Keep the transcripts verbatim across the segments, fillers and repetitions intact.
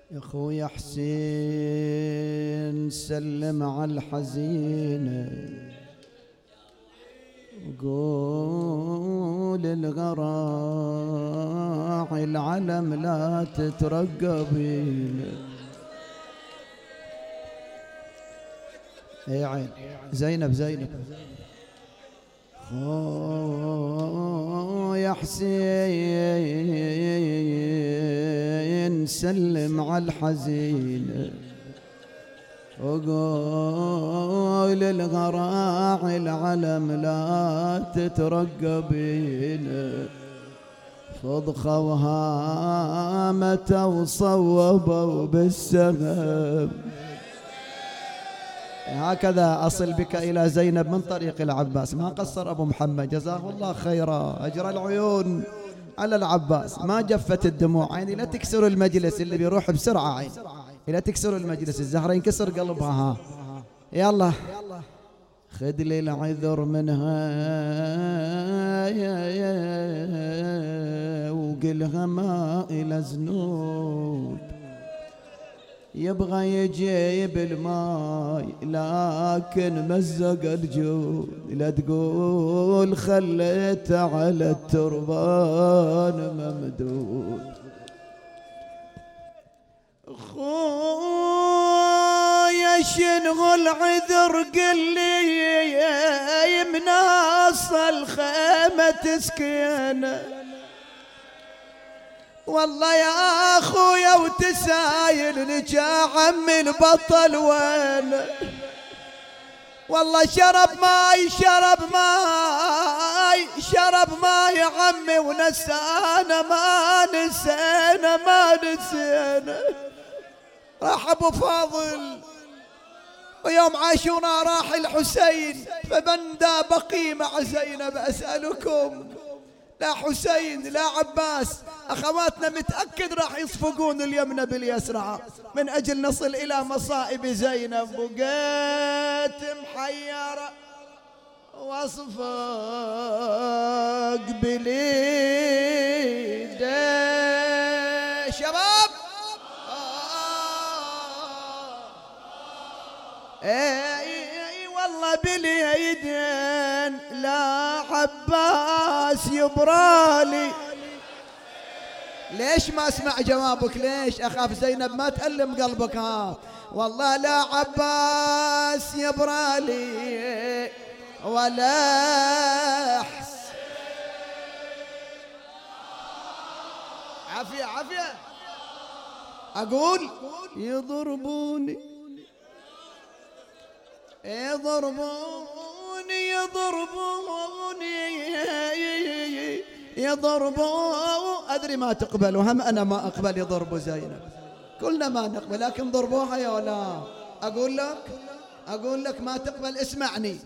يا خويا حسين سلم على الحزينة وقول الغراعي العلم لا تترقبين. اي عين زينب زينب يا حسين سلم على الحزين وقول الغراعي العلم لا تترقبين. فضخة وهامة وصوبوا بالسهم. هكذا أصل بك إلى زينب من طريق العباس. ما قصر أبو محمد جزاه الله خيرا، أجرى العيون على العباس، ما جفت الدموع. عيني لا تكسر المجلس، اللي بيروح بسرعة عين لا تكسر المجلس، الزهرة ينكسر قلبها. ها يلا خذ لي العذر منها وقلها ما إلى ذنوب. يبغى يجيب الماي لكن مزق الجود، لا تقول خليته على التربان ممدود. خويا شنو العذر قل لي من اصل الخيمة تسكن. والله يا خويا وتسايل لك يا عمي البطل وين. والله شرب ماي شرب ماي شرب ماي يا عمي ونسانا ما نسينا ما نسينا. راح ابو فاضل ويوم عاشوراء راح الحسين، فبندا بقي مع زينب اسالكم لا حسين لا عباس أخواتنا متأكد راح يصفقون اليمنى باليسرى من أجل نصل إلى مصائب زينب. بقيت محيرة واصفق بليد شباب اي والله باليدين لا عباس يبرالي. ليش ما اسمع جوابك؟ ليش اخاف زينب ما تألم قلبك؟ ها والله لا عباس يبرالي ولا حس. عافية عافية. اقول يضربوني يضربوني يضربوني يضربوا. أدري ما تقبل وهم أنا ما أقبل يضربوا زينب، كلنا ما نقبل لكن ضربوها يا ولا. أقول لك أقول لك ما تقبل. اسمعني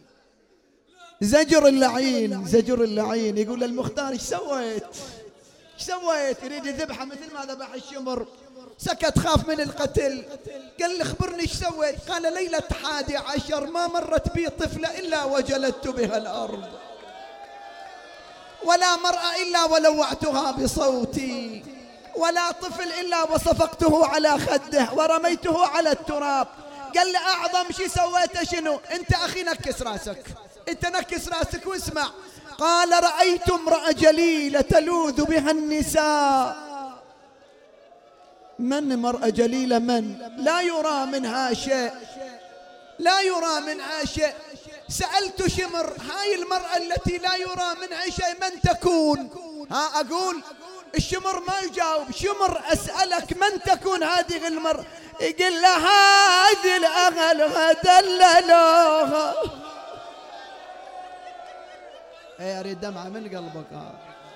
زجر اللعين زجر اللعين يقول للمختار ايش سويت ايش سويت؟ يريد يذبحه مثل ما ذبح الشمر. سكت خاف من القتل. قال لي اخبرني ايش سويت؟ قال ليلة حادي عشر ما مرت بي طفلة إلا وجلدت بها الأرض، ولا مرأة إلا ولوعتها بصوتي، ولا طفل إلا وصفقته على خده ورميته على التراب. قال لي أعظم شي سويته شنو؟ أنت أخي نكس راسك، أنت نكس راسك واسمع. قال رأيت امرأة جليلة تلوذ بها النساء. من مرأة جليلة؟ من لا يرى منها شيء لا يرى منها شيء. سألت شمر هاي المرأة التي لا يرى منها شيء من تكون؟ ها أقول الشمر ما يجاوب. شمر أسألك من تكون هذه المرأة؟ يقول لها هذه الأغل غدللوها. ايه اريد دمعة من قلبك. ها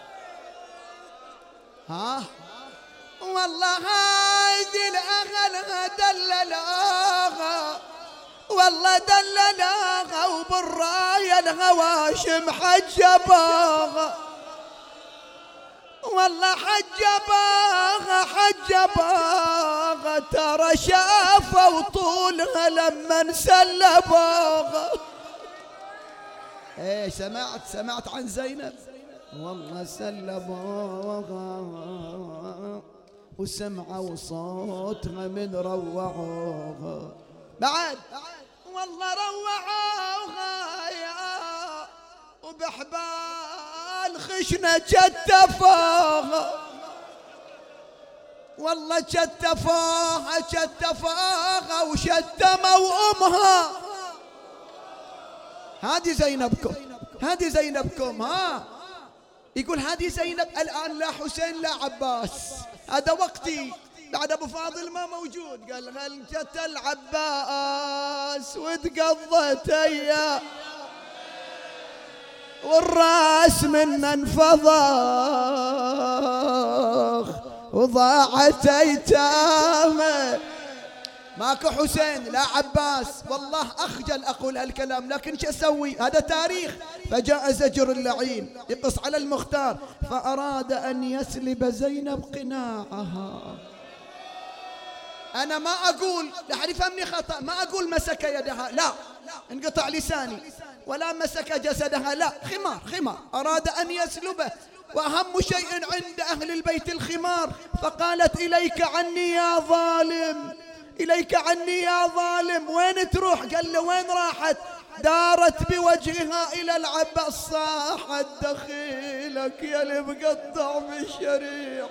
ها والله هذه الأغل غدللوها، والله دللوها وبالراية الغواشم حجبوها، والله حجبوها حجبوها. ترى شافوا طولها لما سلبوها. ايه سمعت سمعت عن زينب؟ والله سلبوها وسمعوا صوتها من روعوها بعد والله روعوها يا وبحبال خشنة جتفوها والله جتفوها جتفوها وشتموا أمها. هذه زينبكم هذه زينبكم ها. يقول هذه زينب الآن لا حسين لا عباس، هذا وقتي بعد أبو فاضل ما موجود. قال هل جت العباس وتقضت أيام والراس منا انفضخ وضاعت أيتامه. ماكو حسين لا عباس. والله أخجل أقول هالكلام لكن شو أسوي، هذا تاريخ. فجاء زجر اللعين يقص على المختار فأراد أن يسلب زينب قناعها. أنا ما أقول لا حد يفهمني خطأ، ما أقول مسك يدها لا انقطع لساني، ولا مسك جسدها لا، خمار خمار أراد أن يسلبه، وأهم شيء عند أهل البيت الخمار. فقالت إليك عني يا ظالم إليك عني يا ظالم. وين تروح؟ قال له وين راحت؟ دارت بوجهها إلى العباس صاحت دخيلك يا اللي مقطع بالشريعة.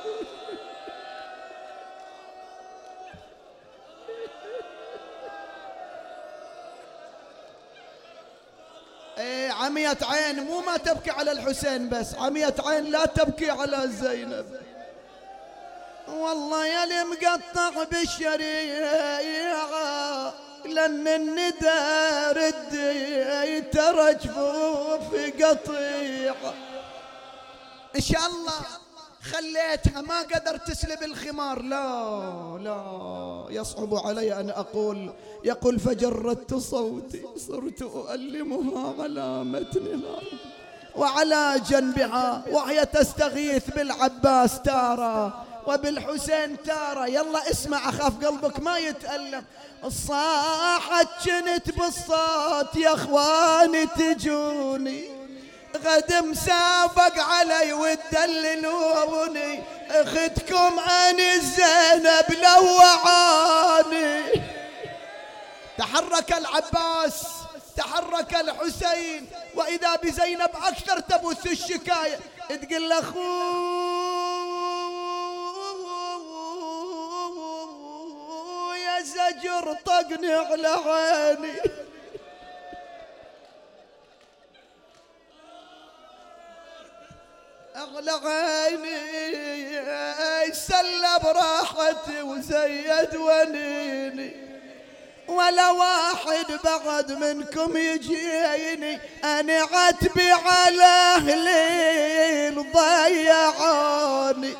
ايه عمية عين مو ما تبكي على الحسين بس، عمية عين لا تبكي على زينب. والله يا اللي مقطع بالشريعة لأن الندى ردي ترى جفوفي قطيعة. إن شاء الله خليتها ما قدرت تسلب الخمار. لا لا يصعب علي أن أقول. يقول فجردت صوتي صرت أؤلمها على متنها وعلى جنبها وهي تستغيث بالعباس تارة وبالحسين تارة. يلا اسمع أخاف قلبك ما يتألم. صاحت جنت بالصوت يا اخواني تجوني غد مسابق علي وتدللوني اخدكم عن الزينب لوعاني. تحرك العباس تحرك الحسين وإذا بزينب أكثر تبث الشكاية تقول له يا زجر طقني على عيني. أغلى عيني سلب راحتي وزيد ونيني ولا واحد بعد منكم يجيني أنا عتبي على أهلي ضيعوني.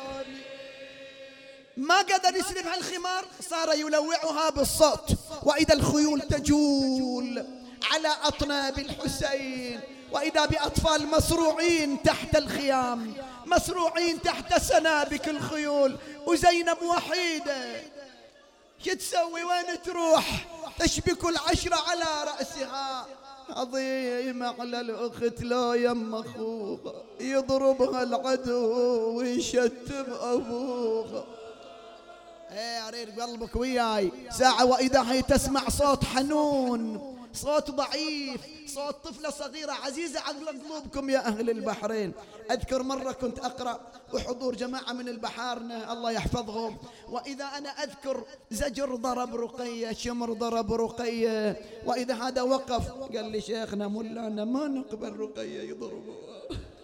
ما قدر يسلبها الخمار صار يلوعها بالصوت. وإذا الخيول تجول على أطناب الحسين وإذا بأطفال مصروعين تحت الخيام مصروعين تحت سنابك الخيول وزينب وحيدة. شو تسوي وين تروح؟ تشبك العشرة على رأسها. عظيم على الأخت لو يم أخوها يضربها العدو ويشتم أبوها. ايه أريد قلبك وياي ساعة وإذا هي تسمع صوت حنون صوت ضعيف صوت طفلة صغيرة عزيزة على قلوبكم يا أهل البحرين. أذكر مرة كنت أقرأ وحضور جماعة من البحارنة الله يحفظهم وإذا أنا أذكر زجر ضرب رقية شمر ضرب رقية وإذا هذا وقف قال لي شيخنا مولانا ما نقبل رقية يضربوها.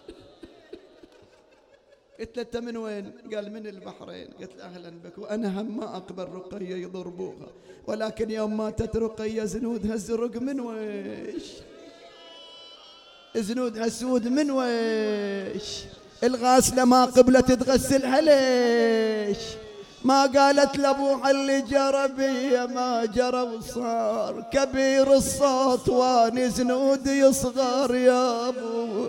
قلت له أنت من وين؟ قال من البحرين. قلت له أهلا بك وأنا هم ما أقبل رقية يضربوها ولكن يوم ماتت رقية زنودها الزرق من ويش زنودها السود من ويش الغاسلة ما قبلت تغسلها ليش ما قالت لأبوها اللي جرى بي ما جرى وصار كبير الصوت واني زنودي يصغر يا أبو.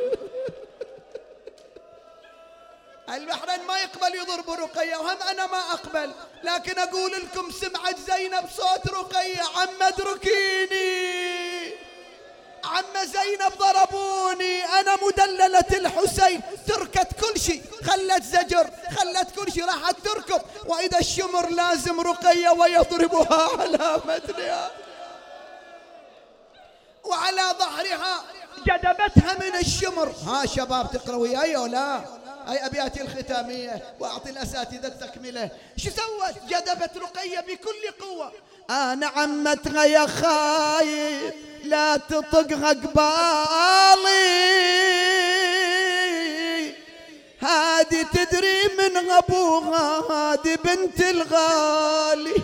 البحرين ما يقبل يضرب رقية وهم أنا ما أقبل لكن أقول لكم سمعت زينب صوت رقية عم ادركيني عم زينب ضربوني أنا مدللة الحسين، تركت كل شيء، خلت زجر، خلت كل شيء، راحت تركض، وإذا الشمر لازم رقية ويضربها على متنها وعلى ظهرها، جذبتها من الشمر. ها شباب تقرأ وياي ولا؟ أي أبياتي الختامية وأعطي الأساتذة التكملة. شو سوت؟ جذبت رقية بكل قوة. أنا عمتها يا خايب لا تطقها قبالي، هادي تدري من أبوها، هادي بنت الغالي.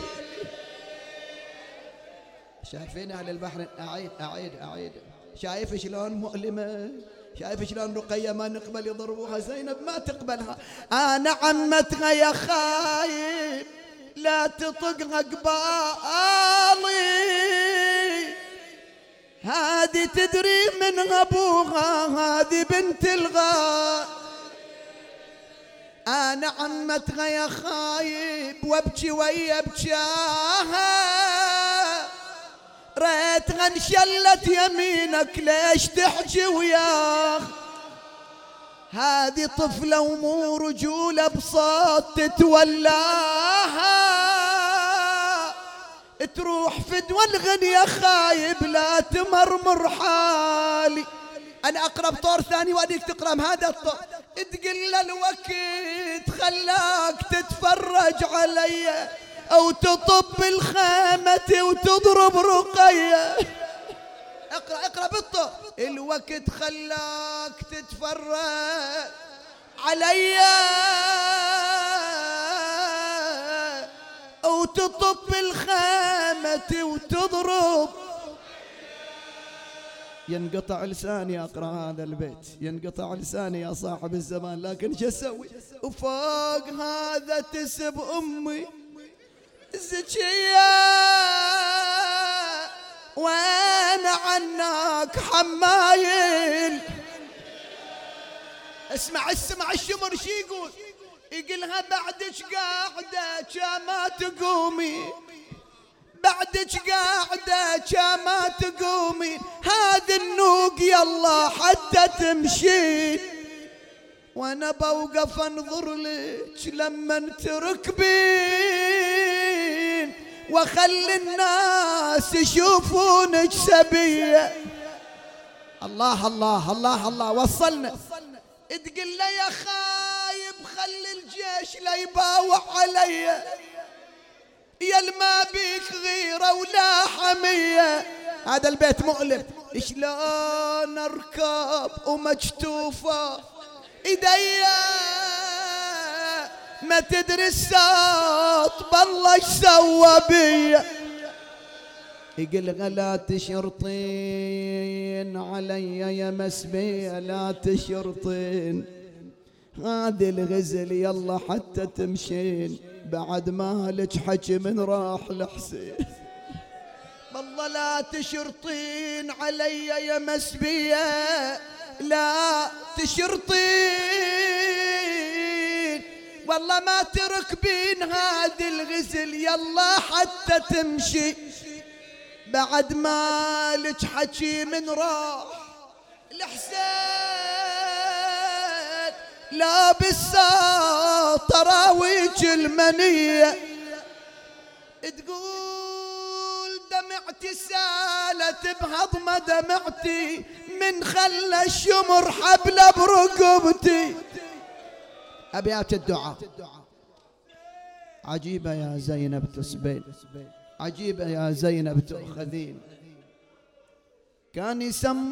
شايفين أهل البحر؟ أعيد أعيد أعيد. شايف شلون مؤلمة؟ شايف شلون رقية ما نقبل يضربوها، زينب ما تقبلها. أنا عمتها يا خايب لا تطقها قبالي، هذه تدري من أبوها، هذه بنت الغالي. أنا عمتها يا خايب وابكي ويا بكاها، ريتها انشلت يمينك ليش تحكي وياها، هذه طفلة ومو رجولة بصوت تتولاها، تروح فدوى الغنية خايب لا تمرمر حالي. أنا أقرأ بطور ثاني وأديك تقرأ هذا الطور. تقل الوقت خلاك تتفرج علي أو تطب الخامة وتضرب رقية. اقرأ اقرأ بالطور. الوقت خلاك تتفرج علي أو تطب الخامة وتضرب. ينقطع لساني أقرأ هذا البيت، ينقطع لساني يا صاحب الزمان، لكن شو أسوي؟ وفوق هذا تسب أمي زكية وين عناك حمايل. اسمع اسمع الشمر شي يقول، يقولها بعدك قاعدة كما تقومي، بعدك قاعدة كما تقومي، هذا النوق يلا حتى تمشي، وانا بوقف انظر لك لما تركبين، وخلي الناس يشوفونك سبية. الله الله الله الله وصلنا. تقول له يا خايب خلي الجيش لا يباوع علي، يا ما بيك غيرة ولا حمية. هذا البيت مؤلم. شلون اركب ومجتوفة ايديا، ما تدري الساط بالله ايش سوى بيا. يقول لا تشرطين علي يا مسبية، لا تشرطين، هذه الغزل يلا حتى تمشين، بعد ما لك حكي من راح لحسين. والله لا تشرطين علي يا مسبية، لا تشرطين، والله ما تركبين هذه الغزل يلا حتى تمشي، بعد ما لك حكي من راح الحسين، لا بالساطراويج المنية. تقول دمعتي سالت بهضمة دمعتي، من خلى الشمر حبلة برقبتي. أبيات الدعاء. عجيبة يا زينب تسبين، عجيبة يا زينب تأخذين، كان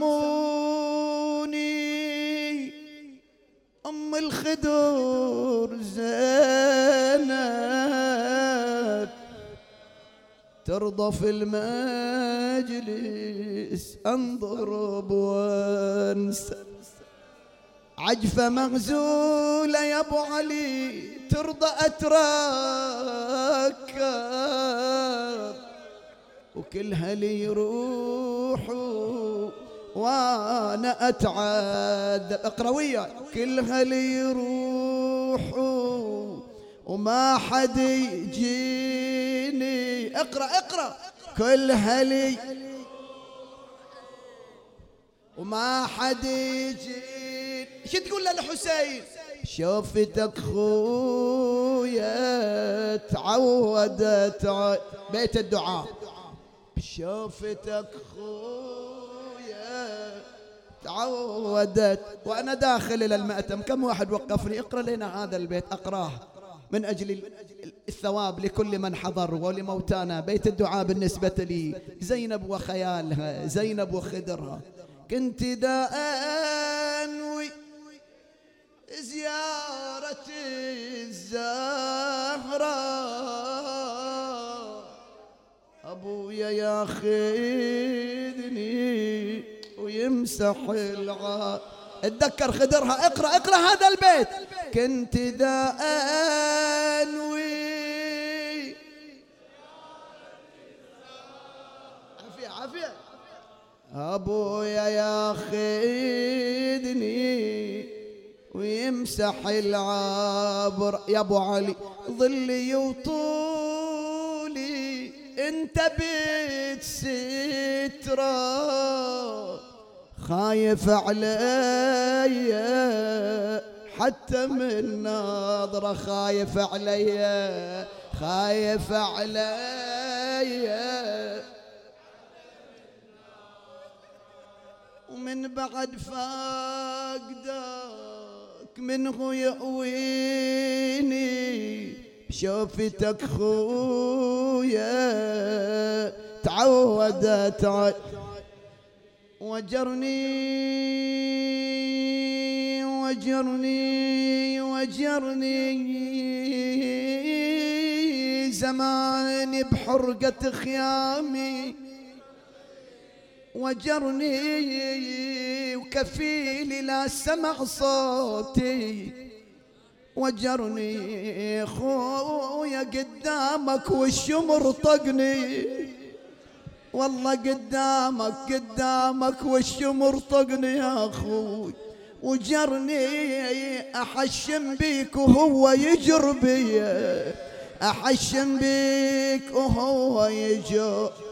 يسموني أم الخدور زينب، ترضى في المجلس انضرب وانسى، عجفة مغزولة يا ابو علي ترضى اتركب، وكلها لي يروحوا وانا اتعذب. اقرا وياي. كلها لي يروحوا وما حد يجيني. اقرا اقرا. كلها لي وما حد يجي. شو تقول للحسين؟ شوفتك خويا تعودت بيت الدعاء. شوفتك خويا تعودت. وأنا داخل إلى المأتم كم واحد وقفني اقرأ لنا هذا البيت، أقراه من أجل الثواب لكل من حضر ولموتانا. بيت الدعاء بالنسبة لي زينب وخيالها، زينب وخدرها. كنت دا أنوي زيارة الزهراء، أبويا ياخذني ويمسح العار. اتذكر خدرها. اقرأ اقرأ هذا البيت. كنت ذا أنوي عافية عافية أبويا ياخذني ويمسح العبر. يا أبو علي ظلي وطولي انت بيت سترة، خايف علي حتى من نظرة، خايف علي خايف علي. ومن بعد فاقدك منه يأويني، شوفتك خويا تعودت وجرني وجرني وجرني زماني بحرقة خيامي، وجرني وكفيلي لا سمع صوتي، وجرني خويا قدامك والشمر طقني، والله قدامك قدامك والشمر طقني يا اخوي، وجرني احشم بيك وهو يجر بي، احشم بيك وهو يجر